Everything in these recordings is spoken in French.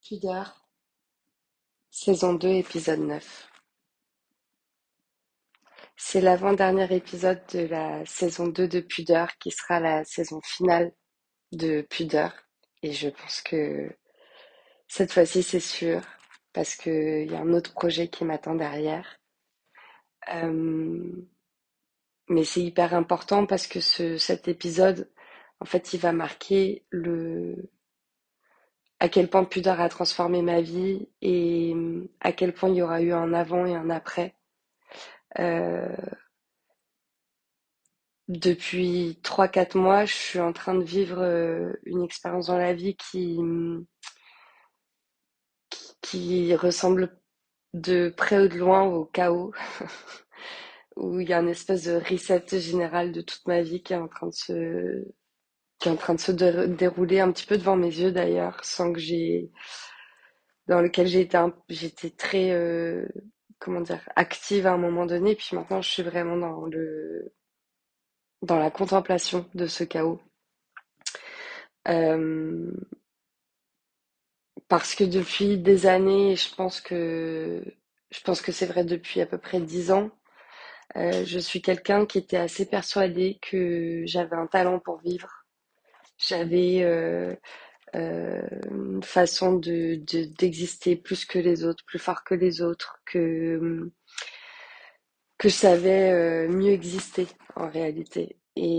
Pudeur, saison 2, épisode 9. C'est l'avant-dernier épisode de la saison 2 de Pudeur qui sera la saison finale de Pudeur. Et je pense que cette fois-ci, c'est sûr, parce qu'il y a un autre projet qui m'attend derrière. Euh, mais c'est hyper important parce que cet épisode, en fait, il va marquer à quel point Pudeur a transformé ma vie et à quel point il y aura eu un avant et un après. Euh, Depuis 3 4 mois, je suis en train de vivre une expérience dans la vie qui ressemble de près ou de loin au chaos, où il y a une espèce de reset général de toute ma vie qui est en train de se dérouler un petit peu devant mes yeux d'ailleurs, dans lequel j'étais très, comment dire, active à un moment donné, puis maintenant je suis vraiment dans la contemplation de ce chaos. Euh, Parce que depuis des années, je pense que c'est vrai depuis à peu près 10 ans, je suis quelqu'un qui était assez persuadé que j'avais un talent pour vivre. J'avais une façon d'exister plus que les autres, plus fort que les autres, que je savais mieux exister en réalité.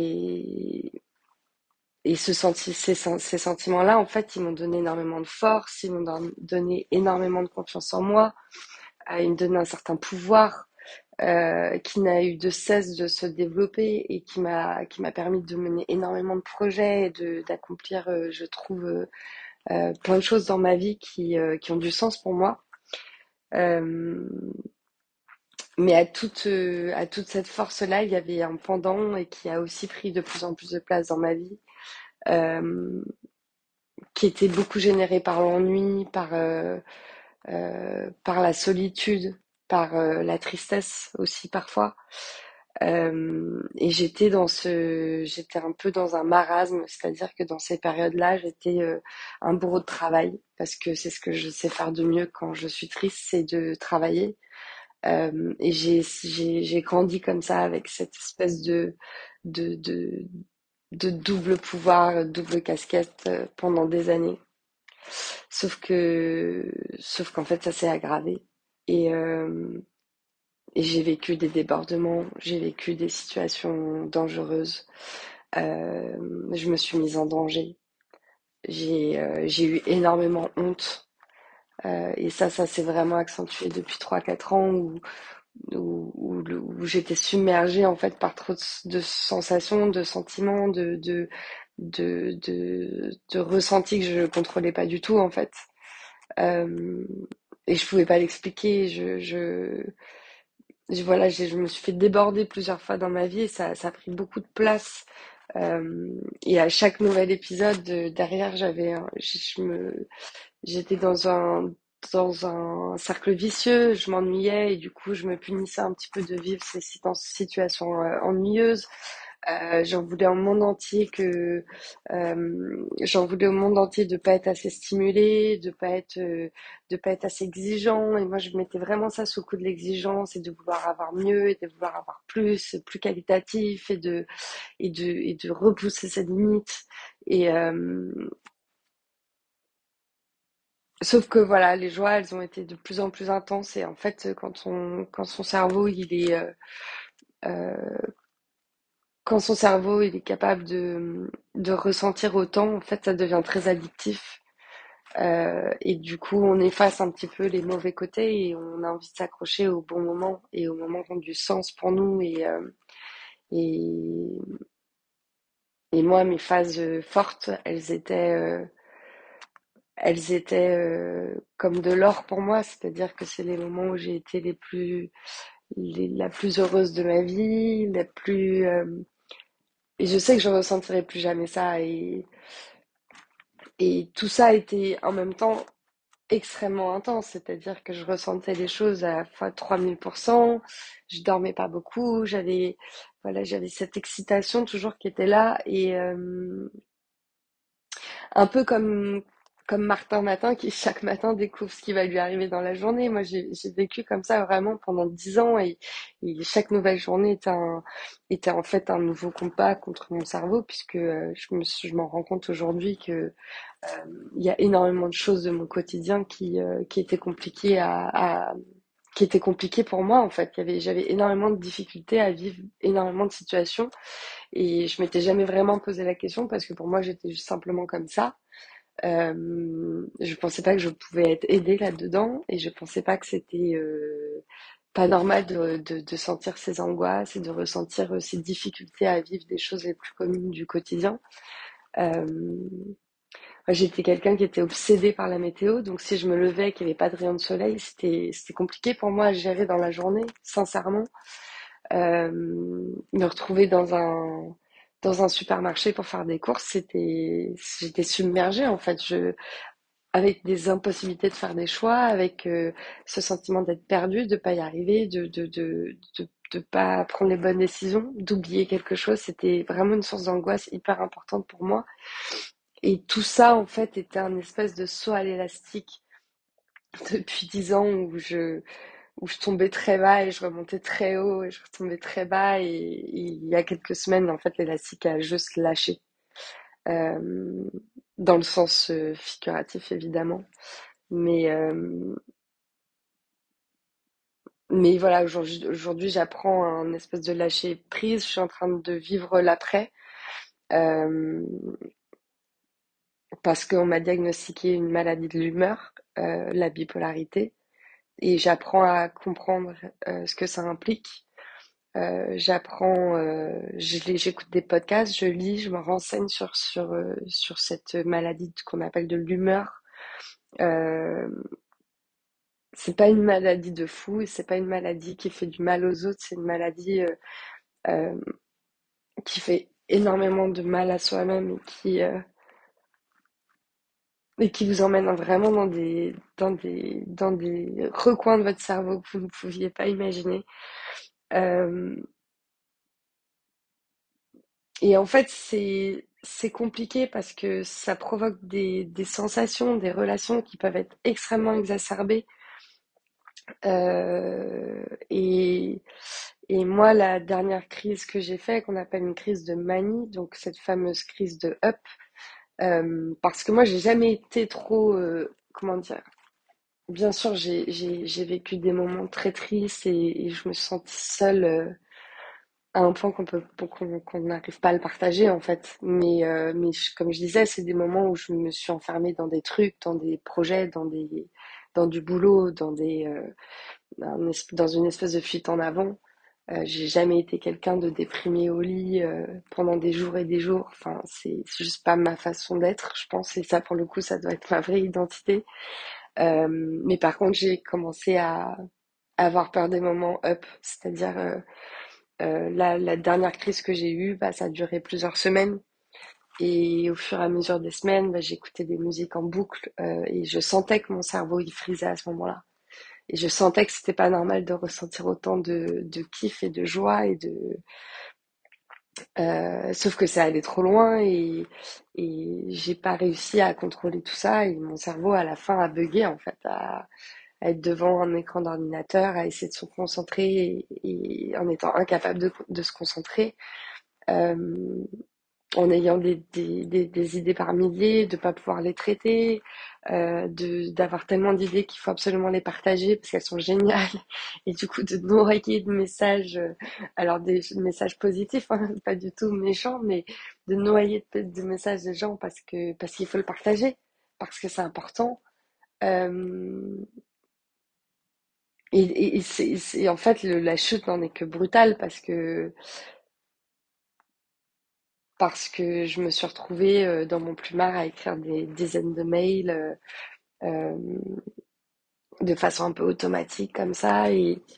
Et ces sentiments-là, en fait, ils m'ont donné énormément de force, ils m'ont donné énormément de confiance en moi. Il me donnait un certain pouvoir qui n'a eu de cesse de se développer et qui m'a permis de mener énormément de projets et d'accomplir, je trouve, plein de choses dans ma vie qui ont du sens pour moi. Euh, mais à toute cette force-là, il y avait un pendant et qui a aussi pris de plus en plus de place dans ma vie, euh, qui était beaucoup généré par l'ennui, par la solitude, par la tristesse aussi parfois. Et j'étais un peu dans un marasme, c'est-à-dire que dans ces périodes-là, j'étais un bourreau de travail, parce que c'est ce que je sais faire de mieux quand je suis triste, c'est de travailler. Et j'ai grandi comme ça, avec cette espèce de, de, de double pouvoir, double casquette pendant des années. Sauf que, sauf qu'en fait, ça s'est aggravé. Et, euh, et j'ai vécu des débordements, j'ai vécu des situations dangereuses. Euh, je me suis mise en danger. J'ai eu énormément honte. Et ça s'est vraiment accentué depuis 3 4 ans où j'étais submergée en fait par trop de sensations, de sentiments, de ressentis que je contrôlais pas du tout en fait. Euh, et je pouvais pas l'expliquer. Voilà, je me suis fait déborder plusieurs fois dans ma vie et ça a pris beaucoup de place. Et à chaque nouvel épisode, derrière, j'étais dans un cercle vicieux, je m'ennuyais et du coup, je me punissais un petit peu de vivre ces situations ennuyeuses. J'en voulais au monde entier de pas être assez stimulé, de pas être assez exigeant. Et moi, je mettais vraiment ça sous le coup de l'exigence et de vouloir avoir mieux et de vouloir avoir plus qualitatif et de repousser ses limites. Et sauf que voilà, les joies, elles ont été de plus en plus intenses. Et en fait, quand son cerveau, euh, quand son cerveau il est capable de ressentir autant, en fait, ça devient très addictif. Et du coup, on efface un petit peu les mauvais côtés et on a envie de s'accrocher au bon moment et au moment qui ont du sens pour nous. Et, et moi, mes phases fortes, elles étaient comme de l'or pour moi. C'est-à-dire que c'est les moments où j'ai été la plus heureuse de ma vie, et je sais que je ressentirai plus jamais ça. Et tout ça a été en même temps extrêmement intense, c'est-à-dire que je ressentais les choses à fois 3000%, je dormais pas beaucoup, j'avais cette excitation toujours qui était là et un peu comme Martin Matin qui chaque matin découvre ce qui va lui arriver dans la journée. Moi, j'ai vécu comme ça vraiment pendant 10 ans et chaque nouvelle journée était en fait un nouveau combat contre mon cerveau puisque je m'en rends compte aujourd'hui que il y a énormément de choses de mon quotidien qui étaient compliquées qui étaient compliquées pour moi en fait. J'avais énormément de difficultés à vivre énormément de situations et je m'étais jamais vraiment posé la question parce que pour moi j'étais juste simplement comme ça. Je pensais pas que je pouvais être aidée là-dedans et je pensais pas que c'était pas normal de sentir ces angoisses et de ressentir ces difficultés à vivre des choses les plus communes du quotidien. Euh, Moi, j'étais quelqu'un qui était obsédé par la météo, donc si je me levais et qu'il n'y avait pas de rayon de soleil, c'était compliqué pour moi à gérer dans la journée, sincèrement. Euh, Me retrouver dans un supermarché pour faire des courses, j'étais submergée en fait. Avec des impossibilités de faire des choix, avec ce sentiment d'être perdu, de pas y arriver, de pas prendre les bonnes décisions, d'oublier quelque chose. C'était vraiment une source d'angoisse hyper importante pour moi. Et tout ça, en fait, était un espèce de saut à l'élastique depuis 10 ans où je tombais très bas et je remontais très haut et je retombais très bas. Et il y a quelques semaines, en fait, l'élastique a juste lâché. Euh, Dans le sens figuratif, évidemment. Mais, euh, mais voilà, aujourd'hui, j'apprends un espèce de lâcher prise. Je suis en train de vivre l'après euh, parce qu'on m'a diagnostiqué une maladie de l'humeur, la bipolarité, et j'apprends à comprendre ce que ça implique. J'écoute des podcasts, je lis, je me renseigne sur cette maladie qu'on appelle de l'humeur. Euh, c'est pas une maladie de fou, et c'est pas une maladie qui fait du mal aux autres, c'est une maladie euh, qui fait énormément de mal à soi-même et qui vous emmène vraiment dans des recoins de votre cerveau que vous ne pouviez pas imaginer. Euh, et en fait, c'est compliqué parce que ça provoque des sensations, des relations qui peuvent être extrêmement exacerbées. Euh, et, et moi, la dernière crise que j'ai faite, qu'on appelle une crise de manie, donc cette fameuse crise de up, parce que moi, j'ai jamais été trop, comment dire, bien sûr, j'ai vécu des moments très tristes et je me sentais seule à un point qu'on n'arrive pas à le partager en fait. Comme je disais, c'est des moments où je me suis enfermée dans des trucs, dans des projets, dans du boulot, dans une espèce de fuite en avant. J'ai jamais été quelqu'un de déprimé au lit pendant des jours et des jours. Enfin, c'est juste pas ma façon d'être, je pense. Et ça, pour le coup, ça doit être ma vraie identité. Mais par contre, j'ai commencé à avoir peur des moments up, c'est-à-dire la dernière crise que j'ai eue, bah, ça a duré plusieurs semaines. Et au fur et à mesure des semaines, bah, j'écoutais des musiques en boucle et je sentais que mon cerveau il frisait à ce moment-là. Et je sentais que c'était pas normal de ressentir autant de kiff et de joie sauf que ça allait trop loin et j'ai pas réussi à contrôler tout ça et mon cerveau à la fin a bugué en fait, à être devant un écran d'ordinateur, à essayer de se concentrer et en étant incapable de se concentrer, euh, en ayant des idées par milliers, de pas pouvoir les traiter, d'avoir tellement d'idées qu'il faut absolument les partager parce qu'elles sont géniales, et du coup de noyer de messages, alors des messages positifs, hein, pas du tout méchants, mais de noyer de messages des gens parce qu'il faut le partager, parce que c'est important. Euh, en fait, la chute n'en est que brutale parce que je me suis retrouvée dans mon plumard à écrire des dizaines de mails euh, de façon un peu automatique comme ça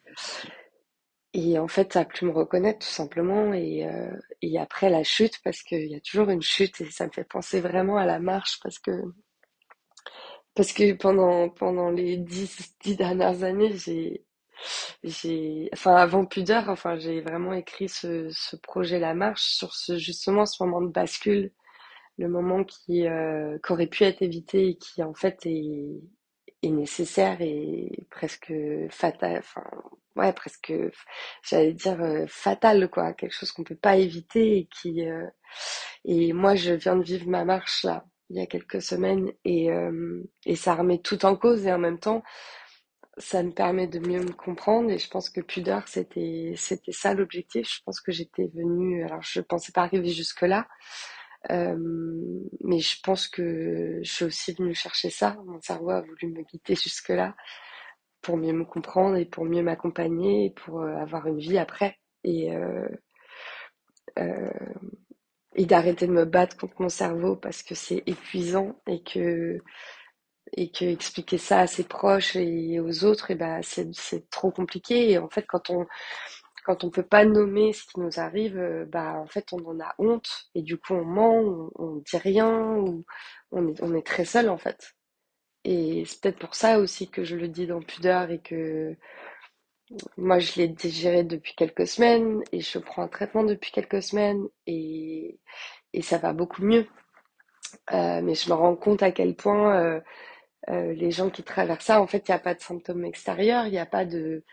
et en fait, ça a pu me reconnaître tout simplement et après la chute parce qu'il y a toujours une chute et ça me fait penser vraiment à la marche parce que pendant les dix dernières années, enfin, avant Pudeur, enfin, j'ai vraiment écrit ce projet La Marche sur justement ce moment de bascule le moment qui aurait pu être évité et qui en fait est nécessaire et presque fatal, enfin ouais presque, j'allais dire fatal quoi, quelque chose qu'on peut pas éviter et moi je viens de vivre ma marche là il y a quelques semaines et ça remet tout en cause et en même temps ça me permet de mieux me comprendre et je pense que Pudeur c'était ça l'objectif. Je pense que j'étais venue, alors je pensais pas arriver jusque là, euh, mais je pense que je suis aussi venue chercher ça. Mon cerveau a voulu me guider jusque là pour mieux me comprendre et pour mieux m'accompagner et pour avoir une vie après euh, et d'arrêter de me battre contre mon cerveau parce que c'est épuisant et que expliquer ça à ses proches et aux autres, et ben c'est trop compliqué. Et en fait, quand on peut pas nommer ce qui nous arrive, bah en fait on en a honte et du coup on ment, on dit rien ou on est très seul en fait. Et c'est peut-être pour ça aussi que je le dis dans Pudeur et que moi je l'ai digéré depuis quelques semaines et je prends un traitement depuis quelques semaines et ça va beaucoup mieux. Mais je me rends compte à quel point les gens qui traversent ça, en fait, il n'y a pas de symptômes extérieurs, il n'y a pas de...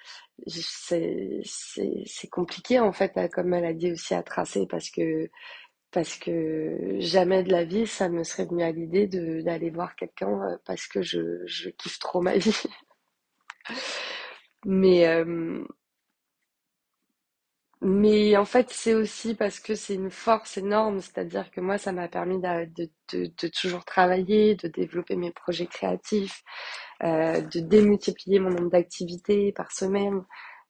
C'est compliqué, en fait, comme maladie aussi à tracer, parce que jamais de la vie, ça me serait venu à l'idée d'aller voir quelqu'un parce que je kiffe trop ma vie. Mais, euh, mais en fait, c'est aussi parce que c'est une force énorme, c'est-à-dire que moi, ça m'a permis de toujours travailler, de développer mes projets créatifs, de démultiplier mon nombre d'activités par semaine,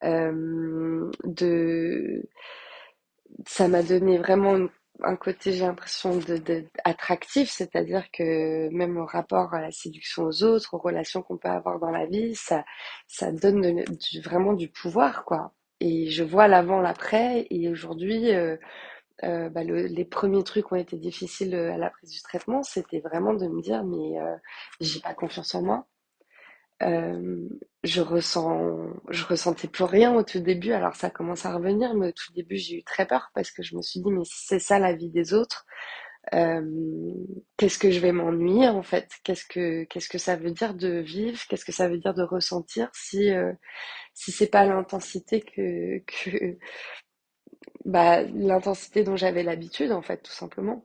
de ça m'a donné vraiment un côté, j'ai l'impression, attractif, c'est-à-dire que même au rapport à la séduction aux autres, aux relations qu'on peut avoir dans la vie, ça donne vraiment du pouvoir, quoi. Et je vois l'avant, l'après, et aujourd'hui, bah, les premiers trucs qui ont été difficiles à la prise du traitement, c'était vraiment de me dire, mais j'ai pas confiance en moi. Euh, je ressentais plus rien au tout début. Alors ça commence à revenir, mais au tout début j'ai eu très peur parce que je me suis dit mais si c'est ça la vie des autres, euh, qu'est-ce que je vais m'ennuyer en fait? Qu'est-ce que ça veut dire de vivre? Qu'est-ce que ça veut dire de ressentir si c'est pas l'intensité que bah l'intensité dont j'avais l'habitude en fait tout simplement.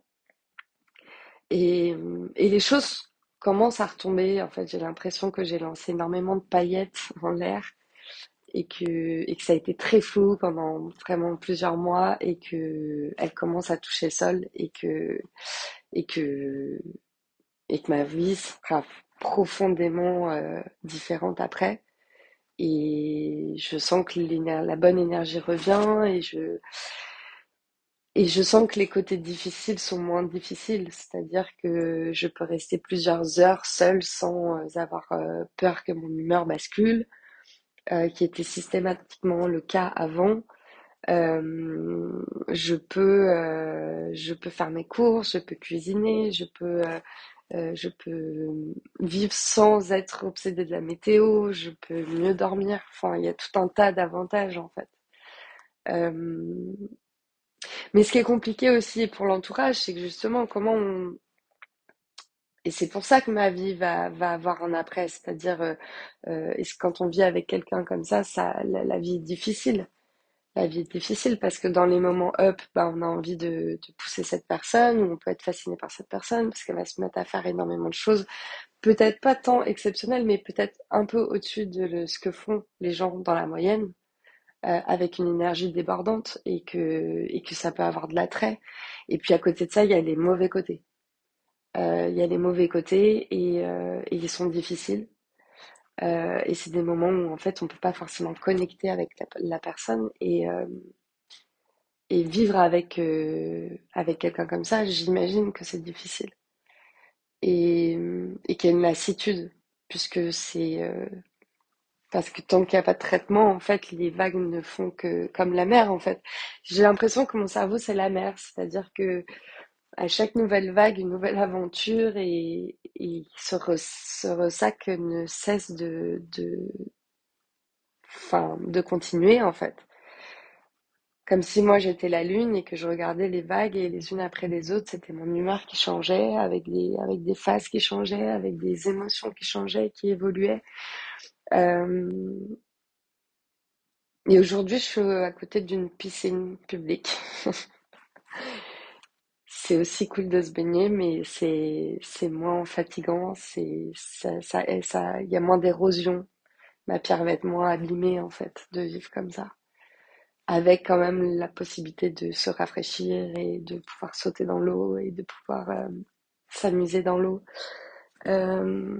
Et les choses commencent à retomber. En fait, j'ai l'impression que j'ai lancé énormément de paillettes en l'air et que ça a été très flou pendant vraiment plusieurs mois et que elle commence à toucher le sol et que et que ma vie sera profondément différente après. Et je sens que la bonne énergie revient et je sens que les côtés difficiles sont moins difficiles, c'est-à-dire que je peux rester plusieurs heures seule sans avoir peur que mon humeur bascule, qui était systématiquement le cas avant. Je peux faire mes courses, je peux cuisiner, je peux vivre sans être obsédée de la météo, je peux mieux dormir. Enfin, il y a tout un tas d'avantages en fait. Euh, mais ce qui est compliqué aussi pour l'entourage, c'est que justement, et c'est pour ça que ma vie va avoir un après, c'est-à-dire, quand on vit avec quelqu'un comme ça, la vie est difficile. La vie est difficile parce que dans les moments up, bah, on a envie de pousser cette personne, ou on peut être fasciné par cette personne parce qu'elle va se mettre à faire énormément de choses, peut-être pas tant exceptionnelles, mais peut-être un peu au-dessus de ce que font les gens dans la moyenne, avec une énergie débordante et que ça peut avoir de l'attrait. Et puis à côté de ça, il y a les mauvais côtés. Il y a les mauvais côtés et ils sont difficiles. Et c'est des moments où en fait on peut pas forcément connecter avec la personne et vivre avec quelqu'un comme ça, j'imagine que c'est difficile. Et qu'il y a une lassitude, puisque parce que tant qu'il n'y a pas de traitement, en fait, les vagues ne font que comme la mer, en fait. J'ai l'impression que mon cerveau, c'est la mer, c'est-à-dire que à chaque nouvelle vague, une nouvelle aventure et ce ressac ne cesse enfin, de continuer, en fait. Comme si moi j'étais la lune et que je regardais les vagues et les unes après les autres, c'était mon humeur qui changeait, avec des phases qui changeaient, avec des émotions qui changeaient, qui évoluaient. Euh, et aujourd'hui, je suis à côté d'une piscine publique. C'est aussi cool de se baigner, mais c'est moins fatigant, il y a moins d'érosion. Ma pierre va être moins abîmée en fait de vivre comme ça, avec quand même la possibilité de se rafraîchir et de pouvoir sauter dans l'eau et de pouvoir s'amuser dans l'eau. Euh,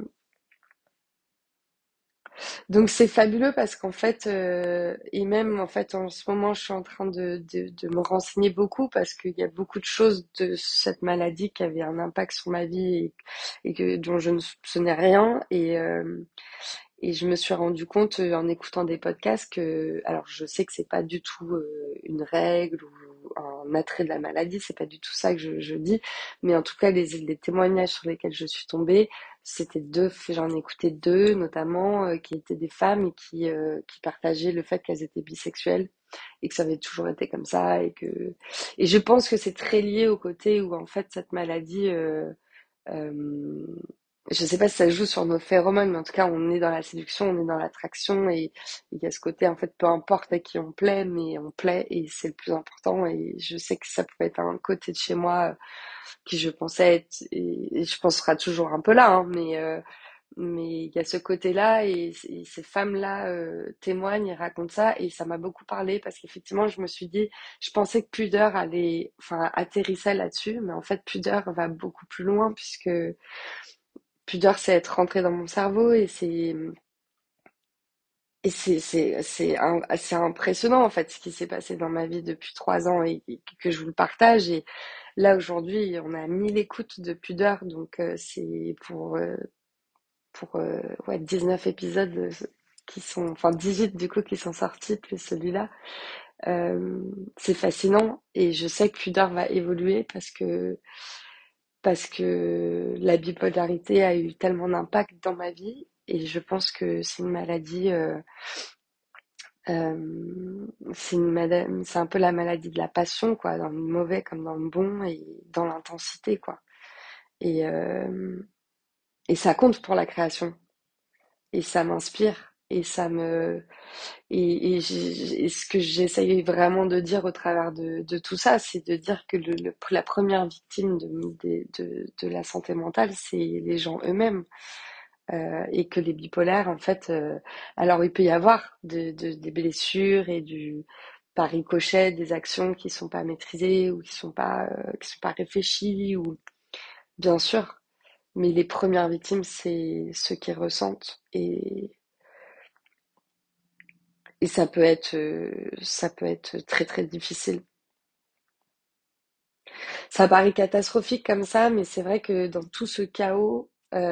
donc c'est fabuleux parce qu'en fait, et même en fait en ce moment, je suis en train de me renseigner beaucoup parce qu'il y a beaucoup de choses de cette maladie qui avaient un impact sur ma vie et que dont je ne soupçonnais rien. Et je me suis rendu compte en écoutant des podcasts que, alors je sais que c'est pas du tout une règle ou un attrait de la maladie, c'est pas du tout ça que je dis, mais en tout cas les témoignages sur lesquels je suis tombée, c'était deux, j'en ai écouté deux notamment, qui étaient des femmes et qui partageaient le fait qu'elles étaient bisexuelles et que ça avait toujours été comme ça et je pense que c'est très lié au côté où en fait cette maladie euh, je sais pas si ça joue sur nos phéromones, mais en tout cas, on est dans la séduction, on est dans l'attraction et il y a ce côté, en fait, peu importe à qui on plaît, mais on plaît et c'est le plus important. Et je sais que ça pouvait être un côté de chez moi qui je pensais être, et je pense sera toujours un peu là, hein, mais il y a ce côté-là et ces femmes-là témoignent et racontent ça et ça m'a beaucoup parlé parce qu'effectivement, je me suis dit, je pensais que Pudeur allait, enfin, atterrissait là-dessus, mais en fait, Pudeur va beaucoup plus loin puisque Pudeur, c'est être rentré dans mon cerveau c'est impressionnant en fait ce qui s'est passé dans ma vie depuis 3 ans et que je vous le partage. Et là aujourd'hui, on a 1000 écoutes de Pudeur, donc c'est pour ouais, 19 épisodes qui sont, enfin 18 du coup qui sont sortis plus celui-là. Euh, c'est fascinant et je sais que Pudeur va évoluer parce que la bipolarité a eu tellement d'impact dans ma vie et je pense que c'est une maladie, c'est un peu la maladie de la passion, quoi, dans le mauvais comme dans le bon et dans l'intensité, quoi. Et, euh, et ça compte pour la création et ça m'inspire et et ce que j'essaye vraiment de dire au travers de tout ça, c'est de dire que la première victime de la santé mentale, c'est les gens eux-mêmes. Et que les bipolaires, en fait, alors il peut y avoir des blessures et par ricochet des actions qui sont pas maîtrisées ou qui sont pas réfléchies ou bien sûr, mais les premières victimes, c'est ceux qui ressentent et ça peut être très très difficile. Ça paraît catastrophique comme ça, mais c'est vrai que dans tout ce chaos,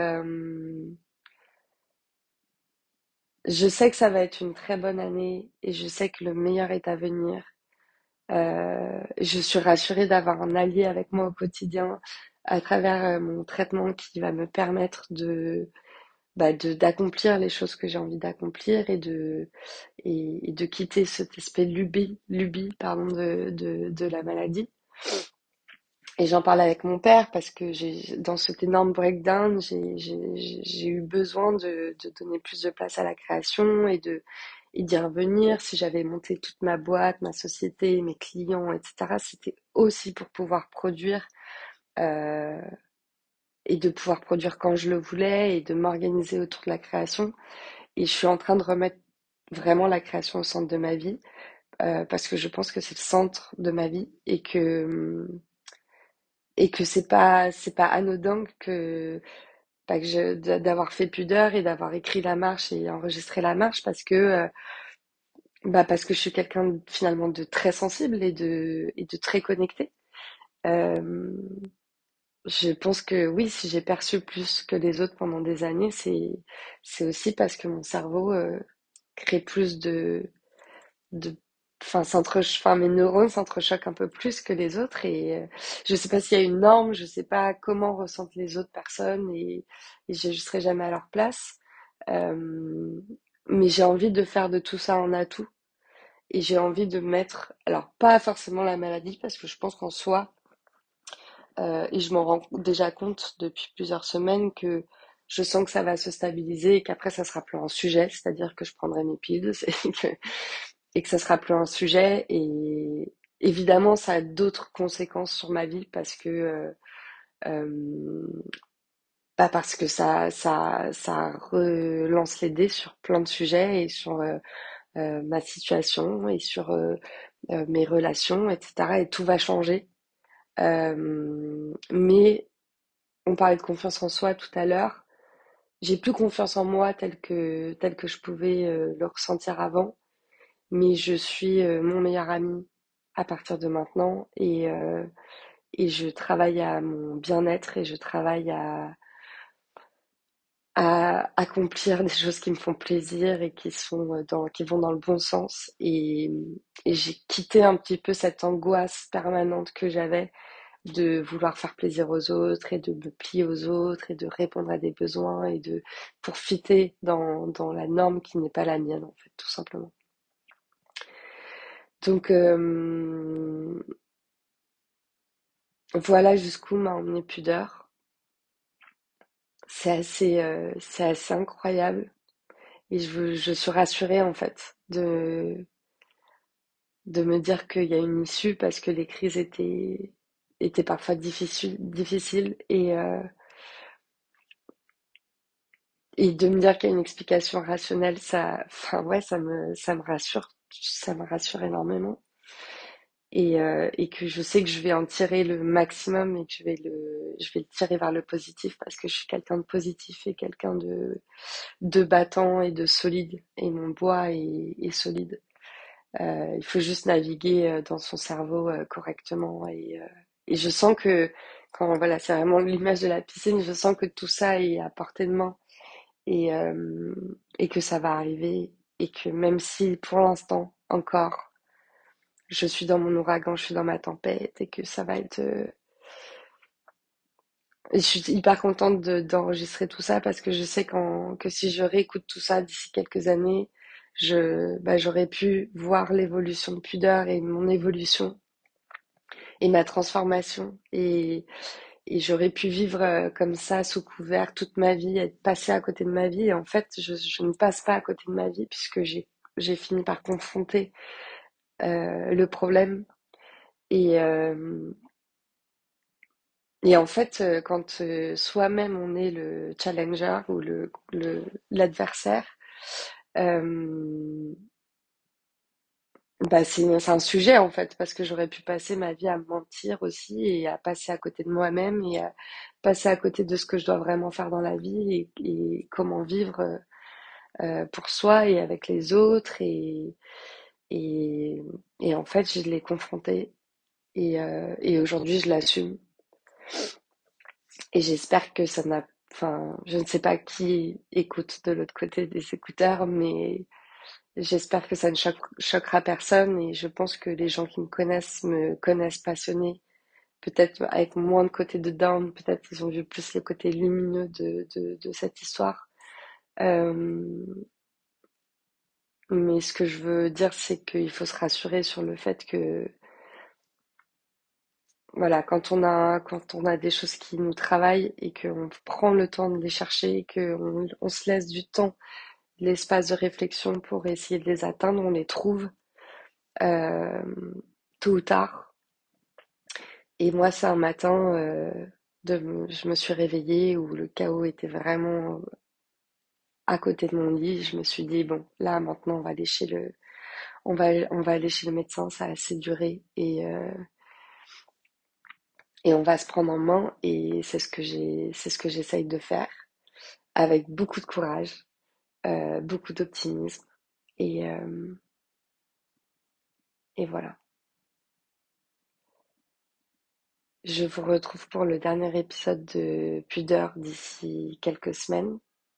je sais que ça va être une très bonne année et je sais que le meilleur est à venir. Je suis rassurée d'avoir un allié avec moi au quotidien à travers mon traitement qui va me permettre d'accomplir les choses que j'ai envie d'accomplir et de quitter cet aspect lubie pardon, de la maladie. Et j'en parle avec mon père parce que dans cet énorme breakdown, j'ai eu besoin de donner plus de place à la création et d'y revenir. Si j'avais monté toute ma boîte, ma société, mes clients, etc., c'était aussi pour pouvoir produire euh, et de pouvoir produire quand je le voulais et de m'organiser autour de la création. Et je suis en train de remettre vraiment la création au centre de ma vie parce que je pense que c'est le centre de ma vie et que c'est pas anodin d'avoir fait Pudeur et d'avoir écrit la marche et enregistré la marche parce que je suis quelqu'un finalement de très sensible et de très connecté. Euh, je pense que oui, si j'ai perçu plus que les autres pendant des années, c'est aussi parce que mon cerveau crée plus de enfin mes neurones s'entrechoquent un peu plus que les autres et je sais pas s'il y a une norme, je sais pas comment ressentent les autres personnes et je serai jamais à leur place. Euh, mais j'ai envie de faire de tout ça un atout et j'ai envie de mettre, alors pas forcément la maladie, parce que je pense qu'en soi, et je m'en rends déjà compte depuis plusieurs semaines que je sens que ça va se stabiliser et qu'après ça sera plus un sujet, c'est-à-dire que je prendrai mes pilules et que ça sera plus un sujet. Et évidemment, ça a d'autres conséquences sur ma vie euh, parce que ça relance les dés sur plein de sujets et sur ma situation et sur mes relations, etc. Et tout va changer. Mais on parlait de confiance en soi tout à l'heure. J'ai plus confiance en moi tel que je pouvais le ressentir avant, mais je suis mon meilleur ami à partir de maintenant et je travaille à mon bien-être et je travaille à accomplir des choses qui me font plaisir et qui vont dans le bon sens. Et j'ai quitté un petit peu cette angoisse permanente que j'avais de vouloir faire plaisir aux autres et de me plier aux autres et de répondre à des besoins et de pour fitter dans la norme qui n'est pas la mienne en fait, tout simplement. Donc voilà jusqu'où m'a emmené Pudeur. C'est assez incroyable et je suis rassurée en fait de me dire qu'il y a une issue parce que les crises étaient parfois difficiles et de me dire qu'il y a une explication rationnelle, enfin ouais, ça me rassure énormément. Et que je sais que je vais en tirer le maximum et que je vais le tirer vers le positif parce que je suis quelqu'un de positif et quelqu'un de battant et de solide. Et mon bois est solide. Il faut juste naviguer dans son cerveau correctement. Et je sens que, voilà, c'est vraiment l'image de la piscine, je sens que tout ça est à portée de main et que ça va arriver. Et que même si pour l'instant encore, je suis dans mon ouragan, je suis dans ma tempête et que ça va être... Et je suis hyper contente d'enregistrer tout ça parce que je sais que si je réécoute tout ça d'ici quelques années, j'aurais pu voir l'évolution de Pudeur et mon évolution et ma transformation et j'aurais pu vivre comme ça sous couvert toute ma vie, être passée à côté de ma vie. Et en fait, je ne passe pas à côté de ma vie puisque j'ai fini par confronter le problème et et en fait, quand soi-même on est le challenger ou l'adversaire, euh, bah c'est un sujet en fait, parce que j'aurais pu passer ma vie à mentir aussi et à passer à côté de moi-même et à passer à côté de ce que je dois vraiment faire dans la vie et comment vivre pour soi et avec les autres. Et, et en fait, je l'ai confronté et aujourd'hui, je l'assume. Et j'espère que ça n'a... Enfin, je ne sais pas qui écoute de l'autre côté des écouteurs, mais j'espère que ça ne choquera personne. Et je pense que les gens qui me connaissent passionnée, peut-être avec moins de côté de down, peut-être ils ont vu plus le côté lumineux de cette histoire. Euh, mais ce que je veux dire, c'est qu'il faut se rassurer sur le fait que, voilà, quand on a des choses qui nous travaillent et qu'on prend le temps de les chercher et qu'on on se laisse du temps, l'espace de réflexion pour essayer de les atteindre, on les trouve euh, tôt ou tard. Et moi, c'est un matin, je me suis réveillée où le chaos était vraiment à côté de mon lit. Je me suis dit, bon, là, maintenant, on va aller chez le médecin, ça a assez duré et on va se prendre en main. Et c'est ce que j'essaye de faire avec beaucoup de courage, beaucoup d'optimisme. Et, euh, et voilà. Je vous retrouve pour le dernier épisode de Pudeur d'ici quelques semaines.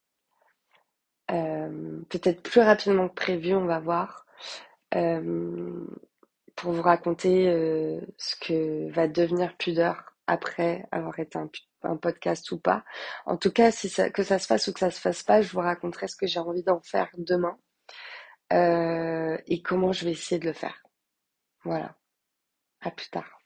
Peut-être plus rapidement que prévu, on va voir. Euh, pour vous raconter ce que va devenir Pudeur après avoir été un podcast ou pas. En tout cas, que ça se fasse ou que ça se fasse pas, je vous raconterai ce que j'ai envie d'en faire demain. et comment je vais essayer de le faire. Voilà, à plus tard.